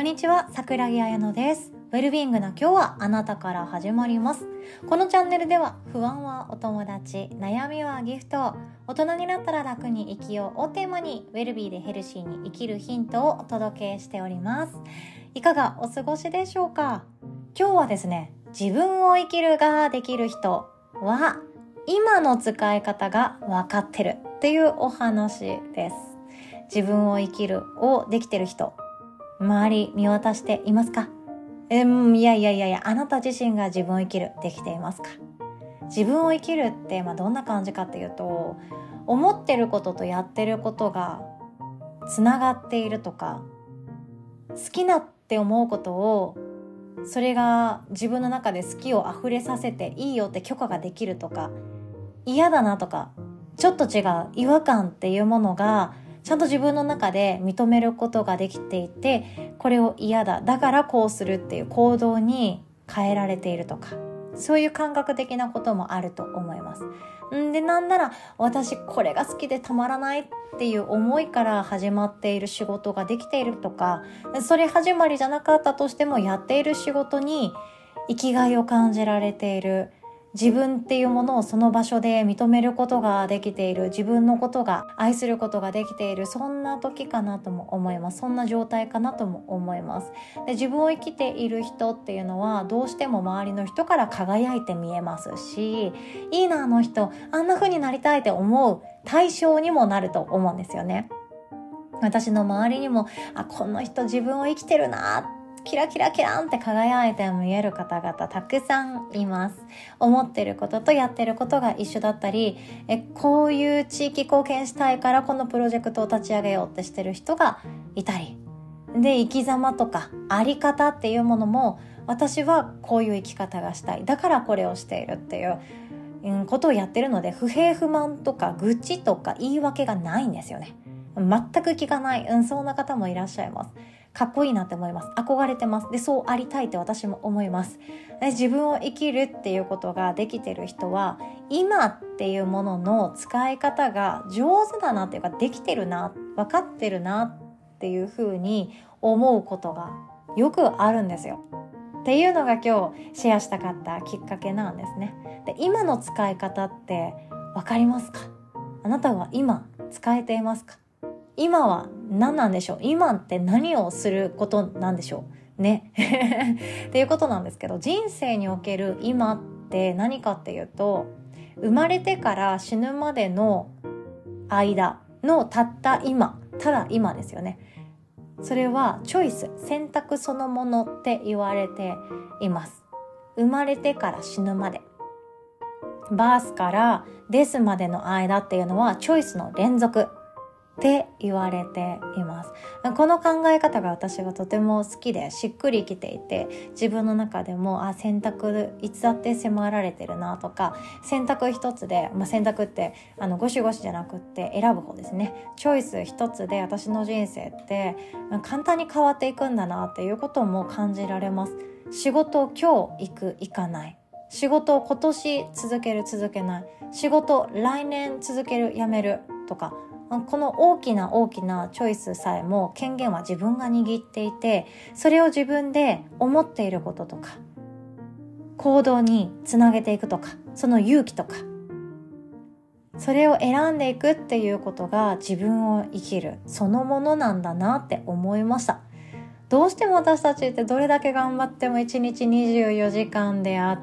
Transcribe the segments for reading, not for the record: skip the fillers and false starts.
んにちは、桜木彩乃です。ウェルビーイングな今日はあなたから始まります。このチャンネルでは不安はお友達、悩みはギフト、大人になったら楽に生きようをテーマにウェルビーでヘルシーに生きるヒントをお届けしております。いかがお過ごしでしょうか？今日はですね、自分を生きるができる人は今の使い方が分かってるっていうお話です。自分を生きるをできてる人、周り見渡していますか？いや、あなた自身が自分を生きるできていますか？自分を生きるってどんな感じかっていうと、思ってることとやってることがつながっているとか、好きなって思うことをそれが自分の中で好きを溢れさせていいよって許可ができるとか、嫌だなとかちょっと違う違和感っていうものがちゃんと自分の中で認めることができていて、これを嫌だ、だからこうするっていう行動に変えられているとか、そういう感覚的なこともあると思います。で、なんなら私これが好きでたまらないっていう思いから始まっている仕事ができているとか、それ始まりじゃなかったとしてもやっている仕事に生きがいを感じられている、自分っていうものをその場所で認めることができている、自分のことが愛することができている、そんな時かなとも思います。そんな状態かなとも思います。で、自分を生きている人っていうのはどうしても周りの人から輝いて見えますし、いいなあの人、あんな風になりたいって思う対象にもなると思うんですよね。私の周りにもこの人自分を生きてるな、キラキラキランって輝いて見える方々たくさんいます。思ってることとやってることが一緒だったり、こういう地域貢献したいからこのプロジェクトを立ち上げようってしてる人がいたりで、生き様とかあり方っていうものも、私はこういう生き方がしたい、だからこれをしているっていうことをやってるので、不平不満とか愚痴とか言い訳がないんですよね。全く聞かない、そんな方もいらっしゃいます。かっこいいなって思います。憧れてます。で、そうありたいって私も思います。自分を生きるっていうことができてる人は、今っていうものの使い方が上手だなっていうか、できてるな、分かってるなっていうふうに思うことがよくあるんですよ。っていうのが今日シェアしたかったきっかけなんですね。で、今の使い方って分かりますか？あなたは今使えていますか？今は何なんでしょう？今って何をすることなんでしょうねっていうことなんですけど、人生における今って何かっていうと、生まれてから死ぬまでの間のたった今、ただ今ですよね。それはチョイス、選択そのものって言われています。生まれてから死ぬまで、バースからデスまでの間っていうのはチョイスの連続って言われています。この考え方が私はとても好きでしっくりきていて、自分の中でも選択いつだって迫られてるなとか、選択一つで、選択ってゴシゴシじゃなくって選ぶ方ですね。チョイス一つで私の人生って簡単に変わっていくんだなっていうことも感じられます。仕事を今日行く行かない、仕事を今年続ける続けない、仕事来年続けるやめるとか、この大きなチョイスさえも権限は自分が握っていて、それを自分で思っていることとか行動につなげていくとか、その勇気とか、それを選んでいくっていうことが自分を生きるそのものなんだなって思いました。どうしても私たちってどれだけ頑張っても1日24時間であって、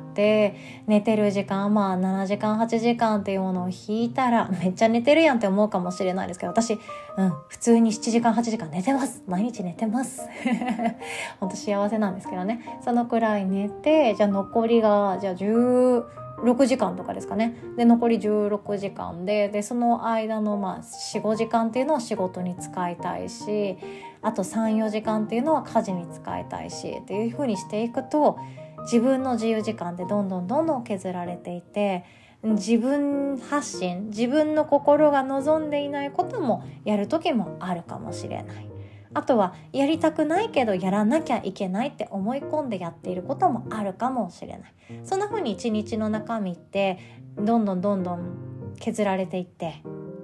寝てる時間7時間8時間っていうものを引いたらめっちゃ寝てるやんって思うかもしれないですけど、私普通に7時間8時間寝てます。毎日寝てます本当幸せなんですけどね。そのくらい寝て、じゃあ残りが16時間とかですかね。で、残り16時間でその間の4、5時間っていうのは仕事に使いたいし、あと3、4時間っていうのは家事に使いたいしっていう風にしていくと、自分の自由時間ってどんどん削られていて、自分発信、自分の心が望んでいないこともやる時もあるかもしれない。あとはやりたくないけどやらなきゃいけないって思い込んでやっていることもあるかもしれない。そんな風に一日の中身ってどんどん削られていって、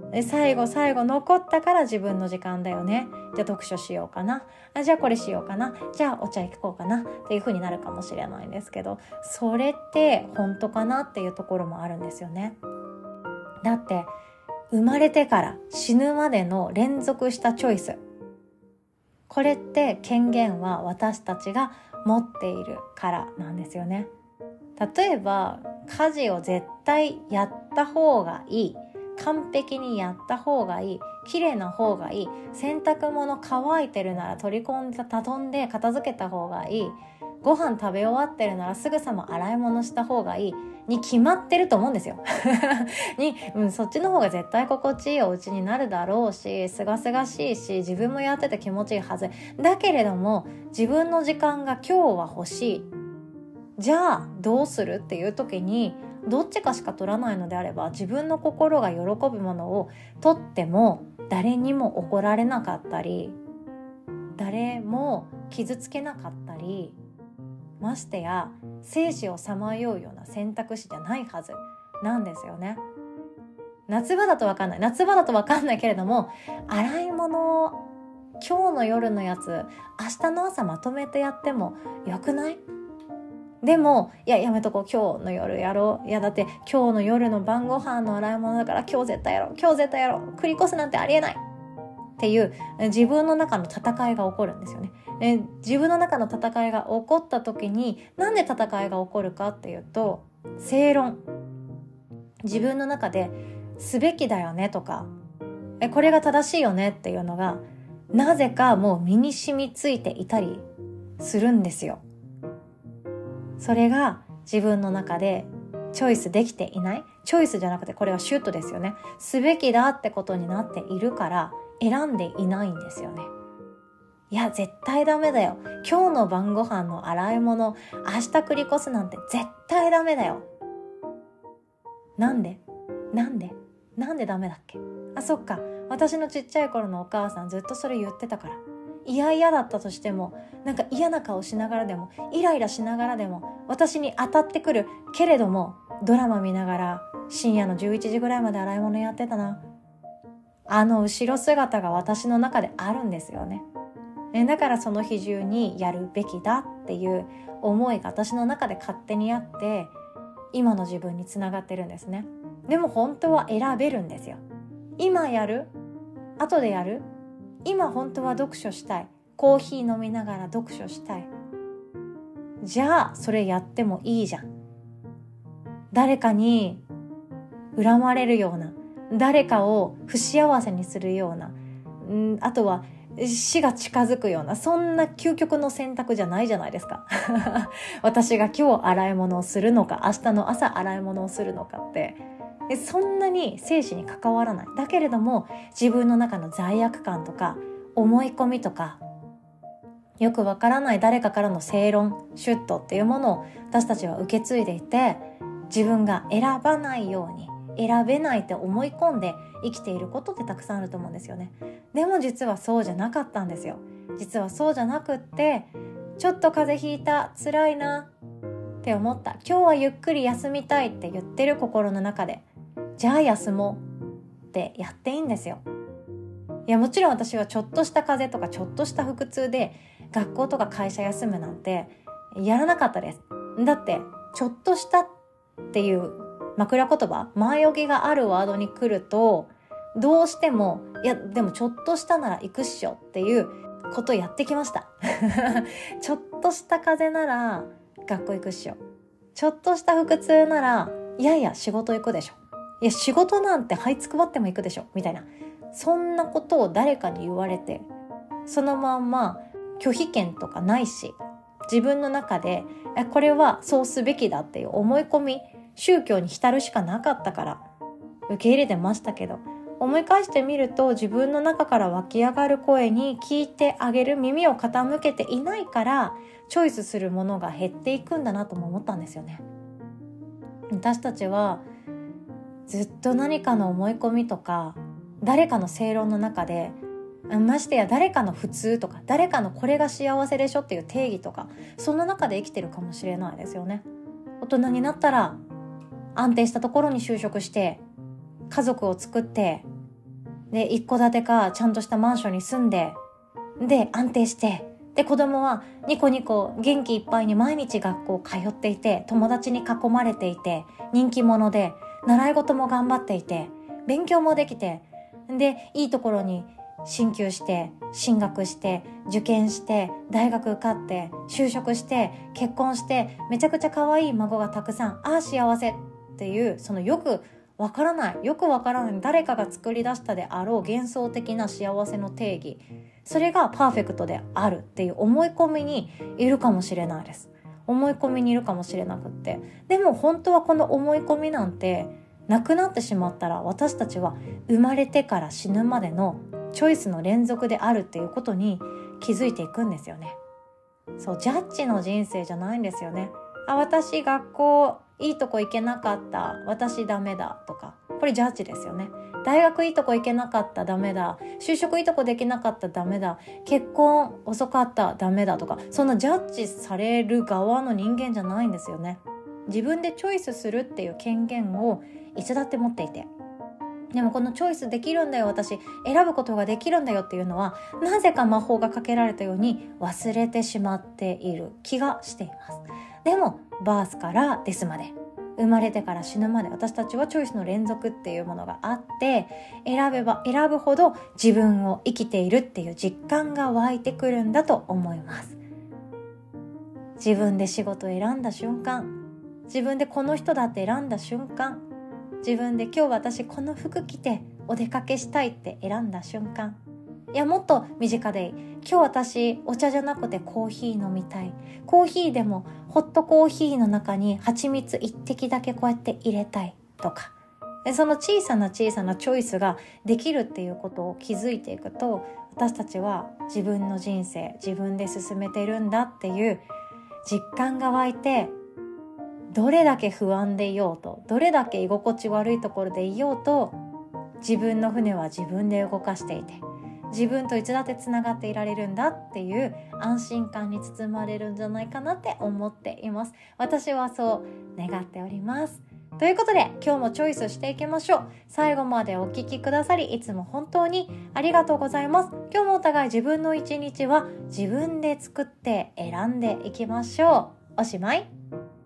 で最後残ったから自分の時間だよね。じゃあ読書しようかな、じゃあこれしようかな、じゃあお茶行こうかなっていう風になるかもしれないんですけど、それって本当かなっていうところもあるんですよね。だって生まれてから死ぬまでの連続したチョイス、これって権限は私たちが持っているからなんですよね。例えば家事を絶対やった方がいい、完璧にやった方がいい、綺麗な方がいい、洗濯物乾いてるなら取り込んで畳んで片付けた方がいい、ご飯食べ終わってるならすぐさま洗い物した方がいいに決まってると思うんですよそっちの方が絶対心地いいお家になるだろうし、すがすがしいし、自分もやってて気持ちいいはずだけれども、自分の時間が今日は欲しい、じゃあどうするっていう時にどっちかしか取らないのであれば、自分の心が喜ぶものを取っても誰にも怒られなかったり、誰も傷つけなかったり、ましてや生死をさまようような選択肢じゃないはずなんですよね。夏場だと分かんないけれども、洗い物今日の夜のやつ明日の朝まとめてやってもよくない？でもやめとこう、今日の夜やろう、だって今日の夜の晩ご飯の洗い物だから今日絶対やろう、繰り越すなんてありえないっていう自分の中の戦いが起こるんですよね。自分の中の戦いが起こった時に、なんで戦いが起こるかっていうと、正論、自分の中ですべきだよねとかこれが正しいよねっていうのがなぜかもう身に染みついていたりするんですよ。それが自分の中でチョイスできていない、チョイスじゃなくてこれはシュートですよね。すべきだってことになっているから選んでいないんですよね。いや絶対ダメだよ、今日の晩ご飯の洗い物明日繰り越すなんて絶対ダメだよ。なんでダメだっけ？そっか、私のちっちゃい頃のお母さんずっとそれ言ってたから、嫌だったとしても、なんか嫌な顔しながらでもイライラしながらでも私に当たってくるけれども、ドラマ見ながら深夜の11時ぐらいまで洗い物やってたな、後ろ姿が私の中であるんですよね。だからその日中にやるべきだっていう思いが私の中で勝手にあって、今の自分につながってるんですね。でも本当は選べるんですよ。今やる？後でやる？今本当は読書したい、コーヒー飲みながら読書したい、じゃあそれやってもいいじゃん。誰かに恨まれるような、誰かを不幸せにするような、あとは死が近づくような、そんな究極の選択じゃないじゃないですか私が今日洗い物をするのか、明日の朝洗い物をするのかってそんなに生死に関わらない。だけれども自分の中の罪悪感とか思い込みとか、よくわからない誰かからの正論シュットっていうものを私たちは受け継いでいて、自分が選ばないように、選べないって思い込んで生きていることってたくさんあると思うんですよね。でも実はそうじゃなかったんですよ。実はそうじゃなくって、ちょっと風邪ひいた、辛いなって思った、今日はゆっくり休みたいって言ってる心の中で、じゃあ休もうってやっていいんですよ。いやもちろん私はちょっとした風邪とかちょっとした腹痛で学校とか会社休むなんてやらなかったです。だってちょっとしたっていう枕言葉、前置きがあるワードに来るとどうしても、いやでもちょっとしたなら行くっしょっていうことをやってきましたちょっとした風邪なら学校行くっしょ、ちょっとした腹痛ならいやいや仕事行くでしょ、いや仕事なんて這いつくばっても行くでしょみたいな、そんなことを誰かに言われて、そのまんま拒否権とかないし、自分の中でこれはそうすべきだっていう思い込み、宗教に浸るしかなかったから受け入れてましたけど、思い返してみると自分の中から湧き上がる声に聞いてあげる耳を傾けていないから、チョイスするものが減っていくんだなとも思ったんですよね。私たちはずっと何かの思い込みとか誰かの正論の中で、ましてや誰かの普通とか誰かのこれが幸せでしょっていう定義とか、その中で生きてるかもしれないですよね。大人になったら安定したところに就職して家族を作ってで一戸建てかちゃんとしたマンションに住んで、で安定して、で子供はニコニコ元気いっぱいに毎日学校通っていて、友達に囲まれていて、人気者で習い事も頑張っていて、勉強もできて、でいいところに進級して進学して受験して大学受かって就職して結婚して、めちゃくちゃ可愛い孫がたくさん、ああ幸せっていう、そのよくわからない誰かが作り出したであろう幻想的な幸せの定義、それがパーフェクトであるっていう思い込みにいるかもしれないです。思い込みにいるかもしれなくって、でも本当はこの思い込みなんてなくなってしまったら、私たちは生まれてから死ぬまでのチョイスの連続であるっていうことに気づいていくんですよね。そう、ジャッジの人生じゃないんですよね。私学校いいとこ行けなかった、私ダメだとか、これジャッジですよね。大学いいとこ行けなかった、ダメだ。就職いいとこできなかった、ダメだ。結婚遅かった、ダメだとか、そんなジャッジされる側の人間じゃないんですよね。自分でチョイスするっていう権限をいつだって持っていて、でもこのチョイスできるんだよ、私選ぶことができるんだよっていうのは、なぜか魔法がかけられたように忘れてしまっている気がしています。でもバースからデスまで、生まれてから死ぬまで、私たちはチョイスの連続っていうものがあって、選べば選ぶほど自分を生きているっていう実感が湧いてくるんだと思います。自分で仕事を選んだ瞬間、自分でこの人だって選んだ瞬間、自分で今日私この服着てお出かけしたいって選んだ瞬間、いやもっと身近でいい、今日私お茶じゃなくてコーヒー飲みたい、コーヒーでもホットコーヒーの中に蜂蜜一滴だけこうやって入れたいとか、その小さなチョイスができるっていうことを気づいていくと、私たちは自分の人生自分で進めてるんだっていう実感が湧いて、どれだけ不安でいようと、どれだけ居心地悪いところでいようと、自分の船は自分で動かしていて、自分といつだってつながっていられるんだっていう安心感に包まれるんじゃないかなって思っています。私はそう願っております。ということで今日もチョイスしていきましょう。最後までお聞きくださりいつも本当にありがとうございます。今日もお互い自分の一日は自分で作って選んでいきましょう。おしまい。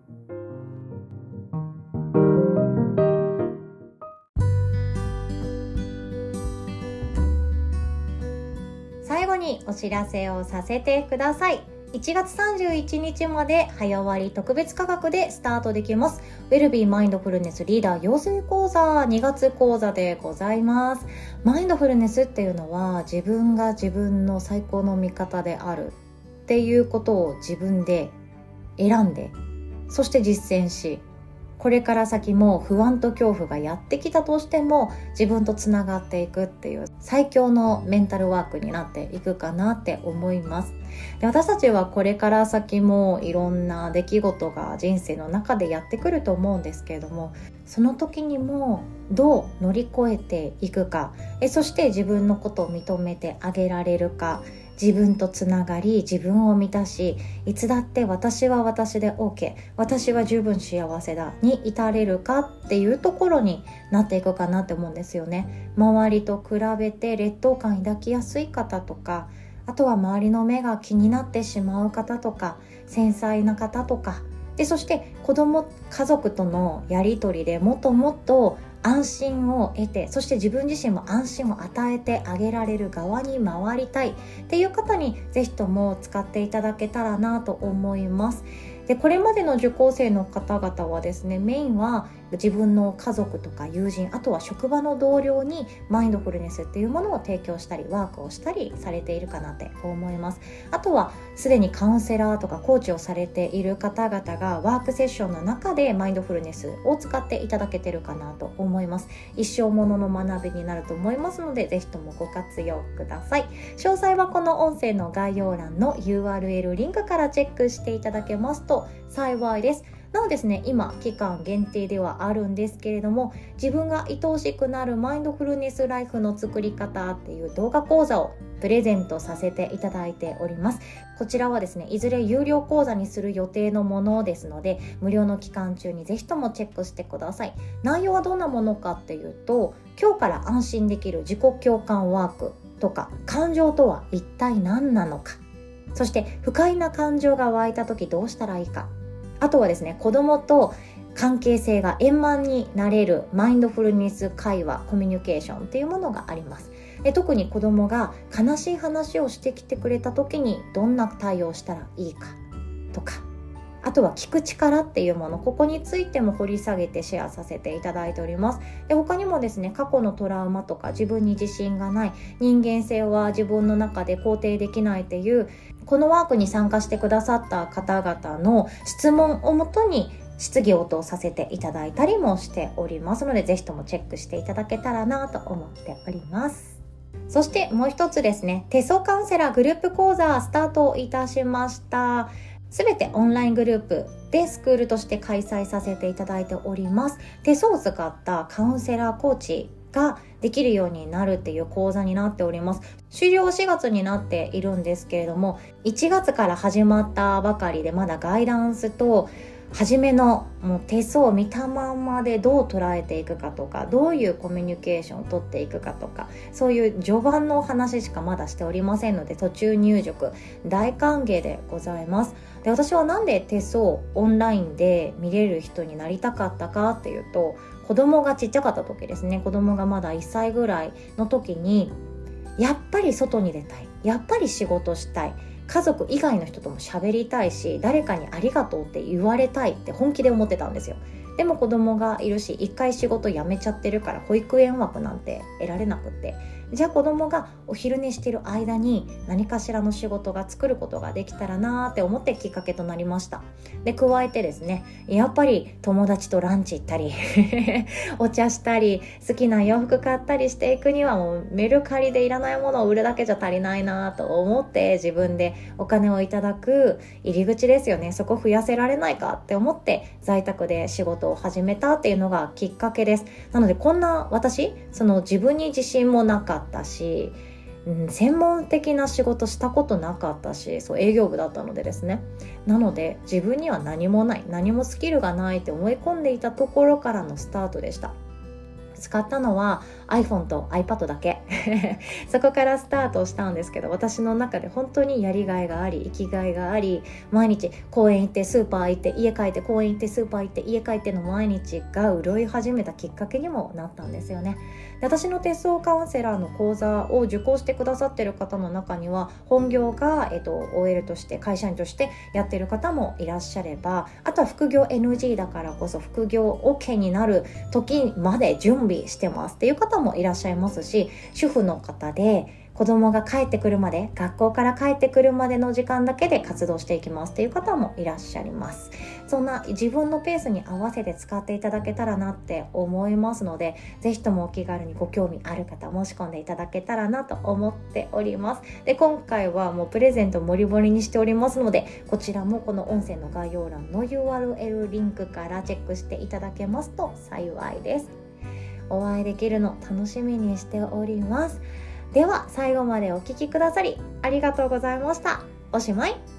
最後にお知らせをさせてください。1月31日まで早割特別価格でスタートできます。ウェルビーマインドフルネスリーダー養成講座2月講座でございます。マインドフルネスっていうのは、自分が自分の最高の味方であるっていうことを自分で選んで、そして実践し、これから先も不安と恐怖がやってきたとしても自分とつながっていくっていう最強のメンタルワークになっていくかなって思います。で、私たちはこれから先もいろんな出来事が人生の中でやってくると思うんですけれども、その時にもどう乗り越えていくか、そして自分のことを認めてあげられるか、自分とつながり自分を満たし、いつだって私は私で OK、 私は十分幸せだに至れるかっていうところになっていくかなって思うんですよね。周りと比べて劣等感抱きやすい方とか、あとは周りの目が気になってしまう方とか、繊細な方とかで、そして子供家族とのやり取りでもっともっと安心を得て、そして自分自身も安心を与えてあげられる側に回りたいっていう方にぜひとも使っていただけたらなと思います。で、これまでの受講生の方々はですね、メインは自分の家族とか友人、あとは職場の同僚にマインドフルネスっていうものを提供したりワークをしたりされているかなって思います。あとはすでにカウンセラーとかコーチをされている方々がワークセッションの中でマインドフルネスを使っていただけてるかなと思います。一生ものの学びになると思いますので、ぜひともご活用ください。詳細はこの音声の概要欄の URL リンクからチェックしていただけますと幸いです。 なおですね、今期間限定ではあるんですけれども、自分が愛おしくなるマインドフルネスライフの作り方っていう動画講座をプレゼントさせていただいております。こちらはですね、いずれ有料講座にする予定のものですので、無料の期間中にぜひともチェックしてください。内容はどんなものかっていうと、今日から安心できる自己共感ワークとか、感情とは一体何なのか、そして不快な感情が湧いた時どうしたらいいか、あとはですね、子供と関係性が円満になれるマインドフルネス会話、コミュニケーションっていうものがあります。特に子供が悲しい話をしてきてくれた時にどんな対応したらいいかとか、あとは聞く力っていうもの、ここについても掘り下げてシェアさせていただいております。で、他にもですね、過去のトラウマとか、自分に自信がない、人間性は自分の中で肯定できないっていう、このワークに参加してくださった方々の質問をもとに質疑応答させていただいたりもしておりますので、ぜひともチェックしていただけたらなと思っております。そしてもう一つですね、手相カウンセラーグループ講座スタートいたしました。すべてオンライングループでスクールとして開催させていただいております。手相を使ったカウンセラーコーチができるようになるっていう講座になっております。終了4月になっているんですけれども、1月から始まったばかりで、まだガイダンスと初めのもう手相を見たまんまでどう捉えていくかとか、どういうコミュニケーションを取っていくかとか、そういう序盤のお話しかまだしておりませんので、途中入塾大歓迎でございます。で、私はなんで手相をオンラインで見れる人になりたかったかっていうと、子供がちっちゃかった時ですね、子供がまだ1歳ぐらいの時に、やっぱり外に出たい、やっぱり仕事したい、家族以外の人とも喋りたいし、誰かにありがとうって言われたいって本気で思ってたんですよ。でも子供がいるし、一回仕事辞めちゃってるから保育園枠なんて得られなくて、じゃあ子供がお昼寝してる間に何かしらの仕事が作ることができたらなーって思ってきっかけとなりました。で、加えてですね、やっぱり友達とランチ行ったりお茶したり、好きな洋服買ったりしていくには、もうメルカリでいらないものを売るだけじゃ足りないなと思って、自分でお金をいただく入り口ですよね、そこ増やせられないかって思って在宅で仕事を始めたっていうのがきっかけです。なので、こんな私、その自分に自信もなかったし、専門的な仕事したことなかったし、そう営業部だったのでですね、なので自分には何もない、何もスキルがないって思い込んでいたところからのスタートでした。使ったのは iPhone と iPad だけそこからスタートしたんですけど、私の中で本当にやりがいがあり、生きがいがあり、毎日公園行ってスーパー行って家帰って、公園行ってスーパー行って家帰っての毎日が潤い始めたきっかけにもなったんですよね。で、私の手相カウンセラーの講座を受講してくださってる方の中には、本業が、OL として会社員としてやってる方もいらっしゃれば、あとは副業 NG だからこそ副業 OK になる時まで準備してますっていう方もいらっしゃいますし、主婦の方で子供が帰ってくるまで、学校から帰ってくるまでの時間だけで活動していきますっていう方もいらっしゃいます。そんな自分のペースに合わせて使っていただけたらなって思いますので、ぜひともお気軽にご興味ある方申し込んでいただけたらなと思っております。で、今回はもうプレゼント盛り盛りにしておりますので、こちらもこの音声の概要欄の URL リンクからチェックしていただけますと幸いです。お会いできるの楽しみにしております。では最後までお聞きくださりありがとうございました。おしまい。